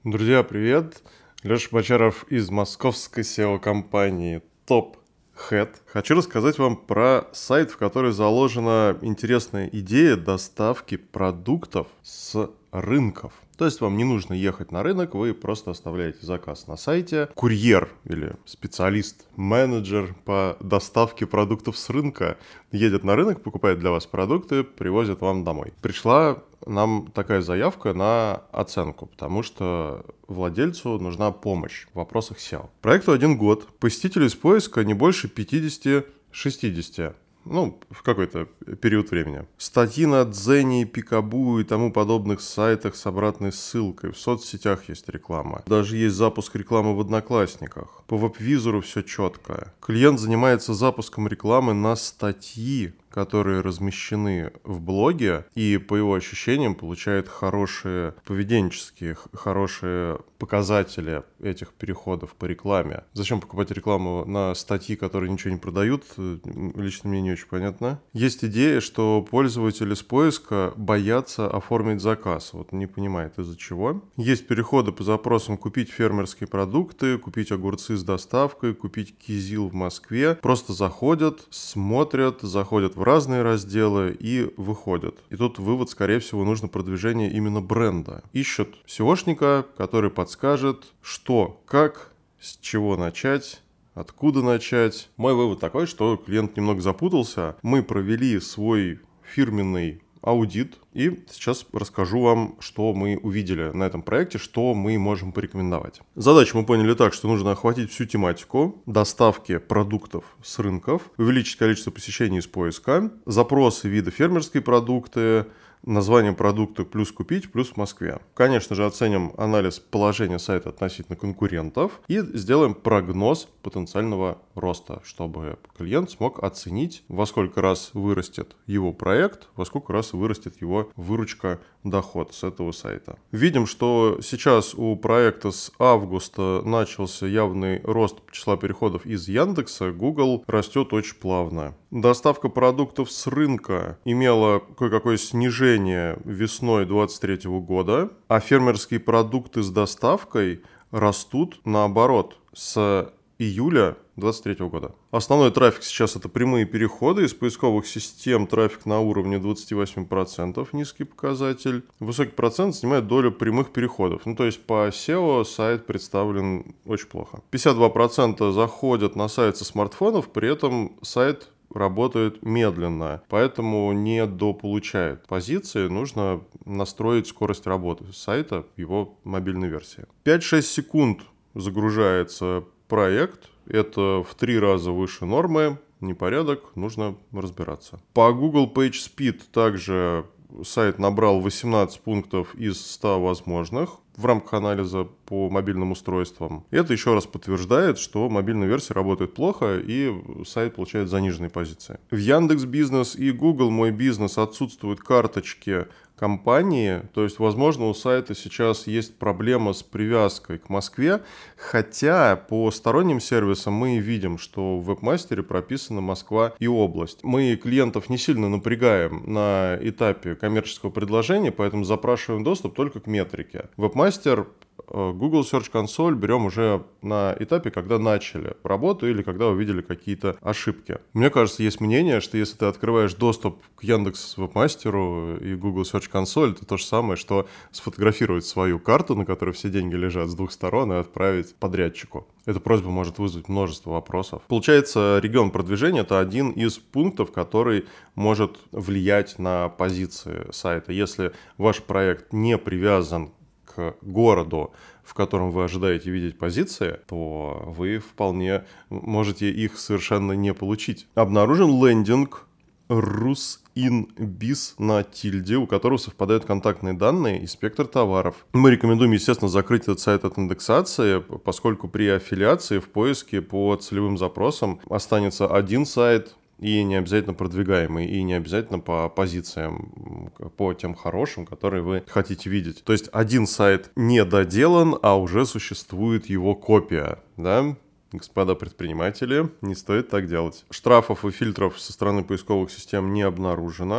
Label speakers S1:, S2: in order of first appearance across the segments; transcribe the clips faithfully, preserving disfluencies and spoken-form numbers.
S1: Друзья, привет! Леша Бочаров из московской сео-компании TopHead. Хочу рассказать вам про сайт, в который заложена интересная идея доставки продуктов с рынков. То есть вам не нужно ехать на рынок, вы просто оставляете заказ на сайте. Курьер или специалист, менеджер по доставке продуктов с рынка едет на рынок, покупает для вас продукты, привозит вам домой. Пришла нам такая заявка на оценку, потому что владельцу нужна помощь в вопросах сео. Проекту один год, посетителей с поиска не больше пятьдесят-шестьдесят. Ну, в какой-то период времени. Статьи на Дзене, Пикабу и тому подобных сайтах с обратной ссылкой. В соцсетях есть реклама. Даже есть запуск рекламы в Одноклассниках. По веб-визору все четко. Клиент занимается запуском рекламы на статьи, которые размещены в блоге, и по его ощущениям получает хорошие поведенческие, хорошие показатели этих переходов по рекламе. Зачем покупать рекламу на статьи, которые ничего не продают, лично мне не очень понятно. Есть идея, что пользователи с поиска боятся оформить заказ. Вот не понимает из-за чего. Есть переходы по запросам купить фермерские продукты, купить огурцы с доставкой, купить кизил в Москве. Просто заходят, смотрят, заходят в разные разделы и выходят. И тут вывод, скорее всего, нужно продвижение именно бренда. Ищут сеошника, который подскажет, что, как, с чего начать, откуда начать. Мой вывод такой, что клиент немного запутался. Мы провели свой фирменный аудит, и сейчас расскажу вам, что мы увидели на этом проекте, что мы можем порекомендовать. Задачу мы поняли так, что нужно охватить всю тематику доставки продуктов с рынков, увеличить количество посещений из поиска, запросы вида фермерские продукты, название продукта плюс купить, плюс в Москве. Конечно же, оценим анализ положения сайта относительно конкурентов и сделаем прогноз потенциального роста, чтобы клиент смог оценить, во сколько раз вырастет его проект, во сколько раз вырастет его выручка, доход с этого сайта. Видим, что сейчас у проекта с августа начался явный рост числа переходов из Яндекса. Google растет очень плавно. Доставка продуктов с рынка имела кое-какое снижение весной двадцать третьего года, а фермерские продукты с доставкой растут наоборот с июля двадцать третьего года. Основной трафик сейчас это прямые переходы из поисковых систем, трафик на уровне двадцать восемь процентов, низкий показатель. Высокий процент занимает долю прямых переходов. Ну, то есть по сео сайт представлен очень плохо. пятьдесят два процента заходят на сайт со смартфонов, при этом сайт работает медленно, поэтому не дополучает позиции. Нужно настроить скорость работы сайта в его мобильной версии. пять-шесть секунд загружается проект. Это в три раза выше нормы. Непорядок, нужно разбираться. По Google PageSpeed также сайт набрал восемнадцать пунктов из ста возможных в рамках анализа по мобильным устройствам. Это еще раз подтверждает, что мобильная версия работает плохо и сайт получает заниженные позиции. В Яндекс.Бизнес и Google Мой Бизнес отсутствуют карточки компании, то есть, возможно, у сайта сейчас есть проблема с привязкой к Москве, хотя по сторонним сервисам мы видим, что в веб-мастере прописана Москва и область. Мы клиентов не сильно напрягаем на этапе коммерческого предложения, поэтому запрашиваем доступ только к метрике. Веб-мастер, Google Search Console берем уже на этапе, когда начали работу или когда увидели какие-то ошибки. Мне кажется, есть мнение, что если ты открываешь доступ к Яндекс Вебмастеру и Google Search Console, это то же самое, что сфотографировать свою карту, на которой все деньги лежат с двух сторон, и отправить подрядчику. Эта просьба может вызвать множество вопросов. Получается, регион продвижения – это один из пунктов, который может влиять на позиции сайта. Если ваш проект не привязан к городу, в котором вы ожидаете видеть позиции, то вы вполне можете их совершенно не получить. Обнаружен лендинг Русинбиз на тильде, у которого совпадают контактные данные и спектр товаров. Мы рекомендуем, естественно, закрыть этот сайт от индексации, поскольку при аффилиации в поиске по целевым запросам останется один сайт, и не обязательно продвигаемый, и не обязательно по позициям, по тем хорошим, которые вы хотите видеть. То есть один сайт не доделан, а уже существует его копия, да? Господа предприниматели, не стоит так делать. Штрафов и фильтров со стороны поисковых систем не обнаружено.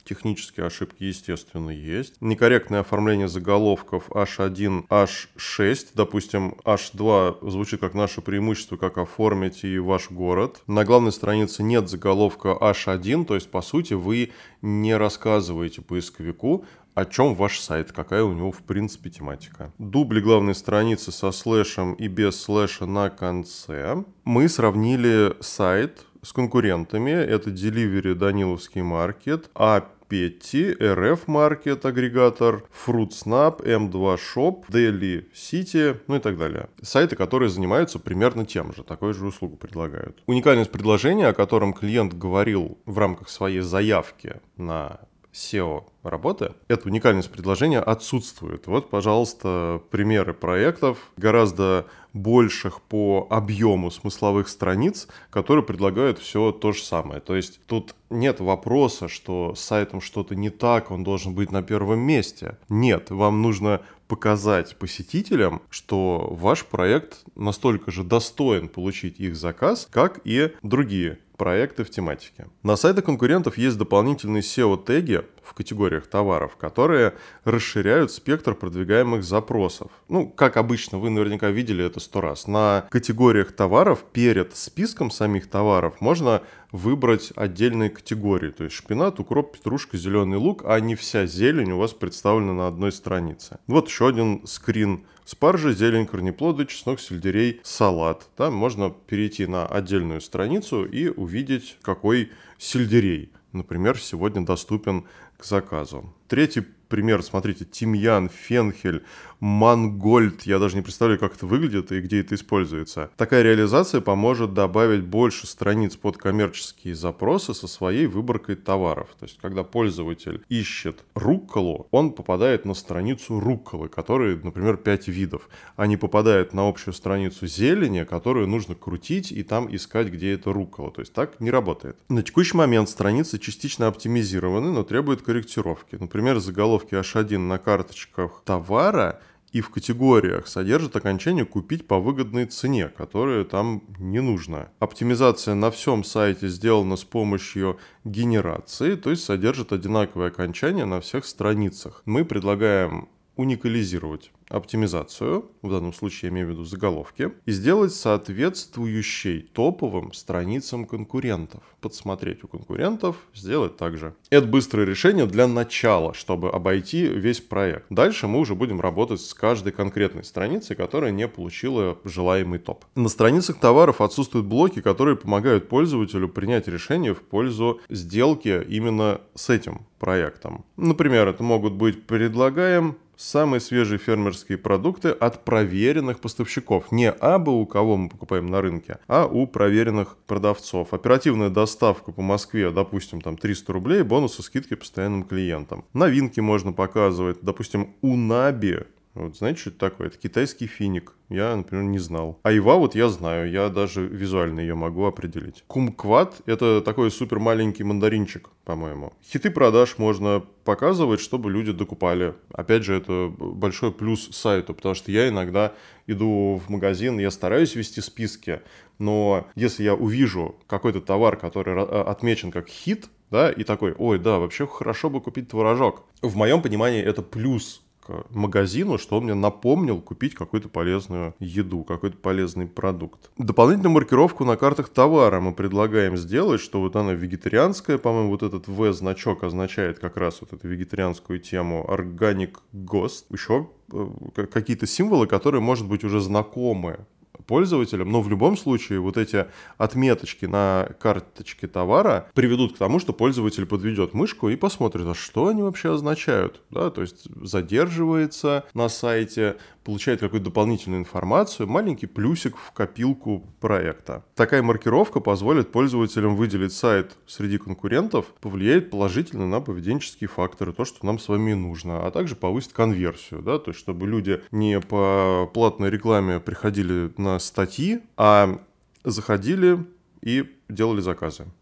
S1: Технические ошибки, естественно, есть. Некорректное оформление заголовков эйч один, эйч шесть. Допустим, эйч два звучит как наше преимущество, как оформить и ваш город. На главной странице нет заголовка эйч один, то есть, по сути, вы не рассказываете поисковику, о чем ваш сайт, какая у него, в принципе, тематика. Дубли главной страницы со слэшем и без слэша на конце. Мы сравнили сайт с конкурентами. Это Delivery, Даниловский маркет, Апетти, эр эф маркет, агрегатор, FruitSnap, эм два Shop, Daily City, ну и так далее. Сайты, которые занимаются примерно тем же, такую же услугу предлагают. Уникальность предложения, о котором клиент говорил в рамках своей заявки на сео работы, эта уникальность предложения отсутствует. Вот, пожалуйста, примеры проектов, гораздо больших по объему смысловых страниц, которые предлагают все то же самое. То есть тут нет вопроса, что с сайтом что-то не так, он должен быть на первом месте. Нет, вам нужно показать посетителям, что ваш проект настолько же достоин получить их заказ, как и другие проекты в тематике. На сайтах конкурентов есть дополнительные сео-теги в категориях товаров, которые расширяют спектр продвигаемых запросов. Ну, как обычно, вы наверняка видели это сто раз. На категориях товаров перед списком самих товаров можно выбрать отдельные категории. То есть шпинат, укроп, петрушка, зеленый лук, а не вся зелень у вас представлена на одной странице. Вот еще один скрин. Спаржа, зелень, корнеплоды, чеснок, сельдерей, салат. Там можно перейти на отдельную страницу и увидеть, какой сельдерей, например, сегодня доступен к заказу. Третий пример, смотрите, тимьян, фенхель, мангольд. Я даже не представляю, как это выглядит и где это используется. Такая реализация поможет добавить больше страниц под коммерческие запросы со своей выборкой товаров. То есть, когда пользователь ищет рукколу, он попадает на страницу рукколы, которой, например, пять видов, а не попадает на общую страницу зелени, которую нужно крутить и там искать, где это руккола. То есть, так не работает. На текущий момент страницы частично оптимизированы, но требуют корректировки. Например, заголовки эйч один на карточках товара и в категориях содержит окончание «купить по выгодной цене», которое там не нужно. Оптимизация на всем сайте сделана с помощью генерации, то есть содержит одинаковое окончание на всех страницах. Мы предлагаем уникализировать оптимизацию, в данном случае я имею в виду заголовки, и сделать соответствующей топовым страницам конкурентов. Подсмотреть у конкурентов, сделать так же. Это быстрое решение для начала, чтобы обойти весь проект. Дальше мы уже будем работать с каждой конкретной страницей, которая не получила желаемый топ. На страницах товаров отсутствуют блоки, которые помогают пользователю принять решение в пользу сделки именно с этим проектом. Например, это могут быть «предлагаем самые свежие фермерские продукты от проверенных поставщиков». Не абы у кого мы покупаем на рынке, а у проверенных продавцов. Оперативная доставка по Москве, допустим, там триста рублей, бонусы скидки постоянным клиентам. Новинки можно показывать, допустим, унаби. Вот знаете, что это такое? Это китайский финик. Я, например, не знал. Айва вот я знаю, я даже визуально ее могу определить. Кумкват — это такой супер маленький мандаринчик, по-моему. Хиты продаж можно показывать, чтобы люди докупали. Опять же, это большой плюс сайту, потому что я иногда иду в магазин, я стараюсь вести списки, но если я увижу какой-то товар, который отмечен как хит, да, и такой, ой, да, вообще хорошо бы купить творожок. В моем понимании это плюс магазину, что он мне напомнил купить какую-то полезную еду, какой-то полезный продукт. Дополнительную маркировку на картах товара мы предлагаем сделать, что вот она вегетарианская, по-моему, вот этот V-значок означает как раз вот эту вегетарианскую тему, Organic гост, еще какие-то символы, которые, может быть, уже знакомы пользователям, но в любом случае вот эти отметочки на карточке товара приведут к тому, что пользователь подведет мышку и посмотрит, а что они вообще означают, да, то есть задерживается на сайте, получает какую-то дополнительную информацию, маленький плюсик в копилку проекта. Такая маркировка позволит пользователям выделить сайт среди конкурентов, повлияет положительно на поведенческие факторы, то, что нам с вами нужно, а также повысит конверсию, да, то есть чтобы люди не по платной рекламе приходили на статьи, а заходили и делали заказы.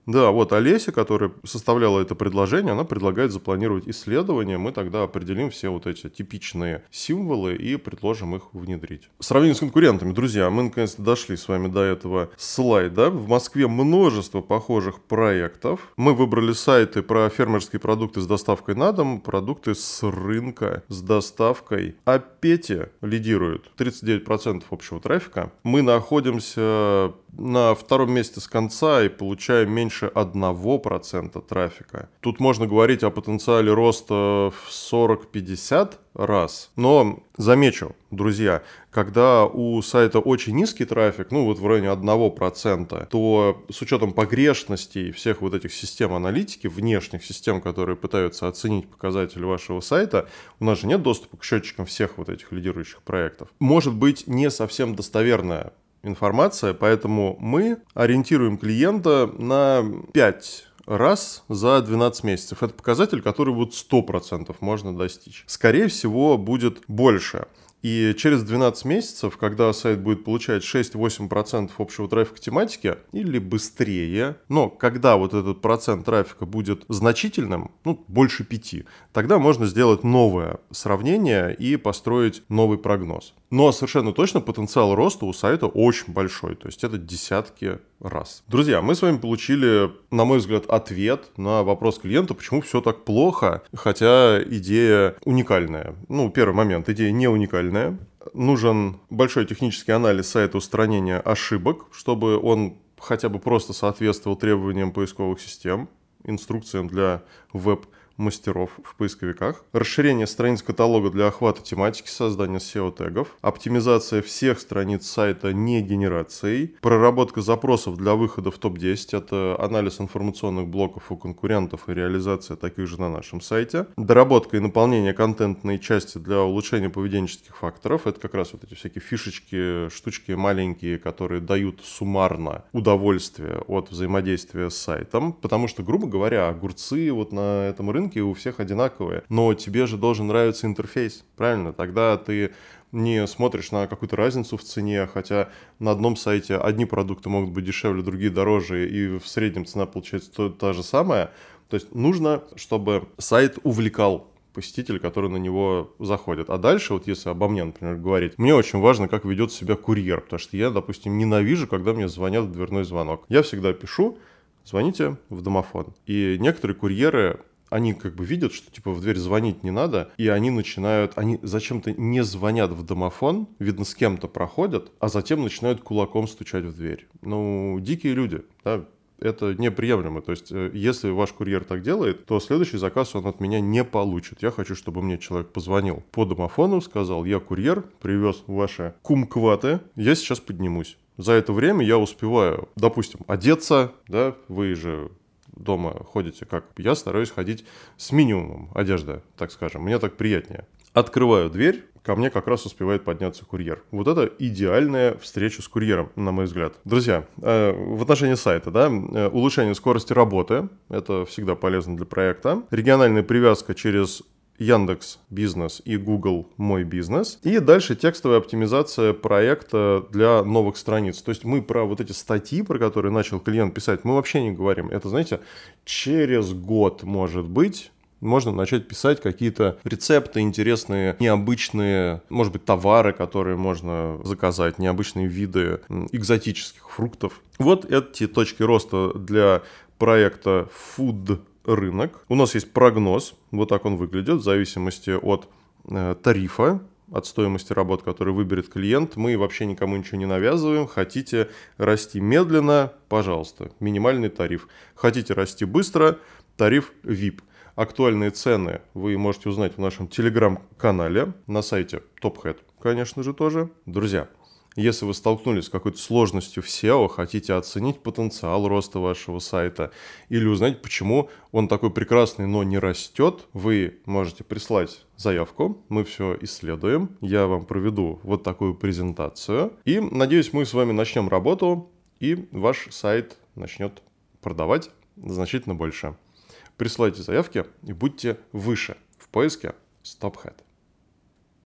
S1: Да, вот Олеся, которая составляла это предложение, она предлагает запланировать исследование. Мы тогда определим все вот эти типичные символы и предложим их внедрить. Сравнение с конкурентами, друзья, мы наконец-то дошли с вами до этого слайда. В Москве множество похожих проектов. Мы выбрали сайты про фермерские продукты с доставкой на дом, продукты с рынка с доставкой. А Петя лидирует, тридцать девять процентов общего трафика. Мы находимся на втором месте с конца и получаем меньше одного процента трафика. Тут можно говорить о потенциале роста в сорок-пятьдесят раз. Но замечу, друзья, когда у сайта очень низкий трафик, ну вот в районе одного процента, то с учетом погрешностей всех вот этих систем аналитики, внешних систем, которые пытаются оценить показатели вашего сайта, у нас же нет доступа к счетчикам всех вот этих лидирующих проектов. Может быть не совсем достоверная информация, поэтому мы ориентируем клиента на пять раз за двенадцать месяцев. Это показатель, который вот сто процентов можно достичь. Скорее всего, будет больше. И через двенадцать месяцев, когда сайт будет получать шесть-восемь процентов общего трафика тематики, или быстрее, но когда вот этот процент трафика будет значительным, ну, больше пяти, тогда можно сделать новое сравнение и построить новый прогноз. Но совершенно точно потенциал роста у сайта очень большой, то есть это десятки раз. Друзья, мы с вами получили, на мой взгляд, ответ на вопрос клиента, почему все так плохо, хотя идея уникальная. Ну, первый момент, идея не уникальная. Нужен большой технический анализ сайта устранения ошибок, чтобы он хотя бы просто соответствовал требованиям поисковых систем, инструкциям для веб мастеров в поисковиках, расширение страниц каталога для охвата тематики, создание сео-тегов, оптимизация всех страниц сайта не генерацией, проработка запросов для выхода в топ десять, это анализ информационных блоков у конкурентов и реализация таких же на нашем сайте, доработка и наполнение контентной части для улучшения поведенческих факторов, это как раз вот эти всякие фишечки, штучки маленькие, которые дают суммарно удовольствие от взаимодействия с сайтом, потому что, грубо говоря, огурцы вот на этом рынке у всех одинаковые, но тебе же должен нравиться интерфейс, правильно? Тогда ты не смотришь на какую-то разницу в цене, хотя на одном сайте одни продукты могут быть дешевле, другие дороже, и в среднем цена получается то, та же самая. То есть нужно, чтобы сайт увлекал посетителей, которые на него заходят. А дальше, вот если обо мне, например, говорить, мне очень важно, как ведет себя курьер, потому что я, допустим, ненавижу, когда мне звонят в дверной звонок. Я всегда пишу: звоните в домофон. И некоторые курьеры, они как бы видят, что типа в дверь звонить не надо, и они начинают, они зачем-то не звонят в домофон, видно, с кем-то проходят, а затем начинают кулаком стучать в дверь. Ну, дикие люди, да, это неприемлемо. То есть, если ваш курьер так делает, то следующий заказ он от меня не получит. Я хочу, чтобы мне человек позвонил по домофону, сказал: я курьер, привез ваши кумкваты, я сейчас поднимусь. За это время я успеваю, допустим, одеться, да, вы же дома ходите как? Я стараюсь ходить с минимумом одежды, так скажем. Мне так приятнее. Открываю дверь, ко мне как раз успевает подняться курьер. Вот это идеальная встреча с курьером, на мой взгляд. Друзья, в отношении сайта, да, улучшение скорости работы, это всегда полезно для проекта. Региональная привязка через Яндекс Бизнес и Google Мой Бизнес. И дальше текстовая оптимизация проекта для новых страниц. То есть мы про вот эти статьи, про которые начал клиент писать, мы вообще не говорим. Это, знаете, через год, может быть, можно начать писать какие-то рецепты интересные, необычные, может быть, товары, которые можно заказать, необычные виды экзотических фруктов. Вот эти точки роста для проекта Food рынок. У нас есть прогноз, вот так он выглядит, в зависимости от э, тарифа, от стоимости работ, который выберет клиент. Мы вообще никому ничего не навязываем. Хотите расти медленно, пожалуйста, минимальный тариф. Хотите расти быстро, тариф ви ай пи. Актуальные цены вы можете узнать в нашем телеграм-канале, на сайте TopHead, конечно же, тоже. Друзья, если вы столкнулись с какой-то сложностью в сео, хотите оценить потенциал роста вашего сайта или узнать, почему он такой прекрасный, но не растет, вы можете прислать заявку, мы все исследуем, я вам проведу вот такую презентацию, и, надеюсь, мы с вами начнем работу, и ваш сайт начнет продавать значительно больше. Присылайте заявки и будьте выше в поиске с TopHead.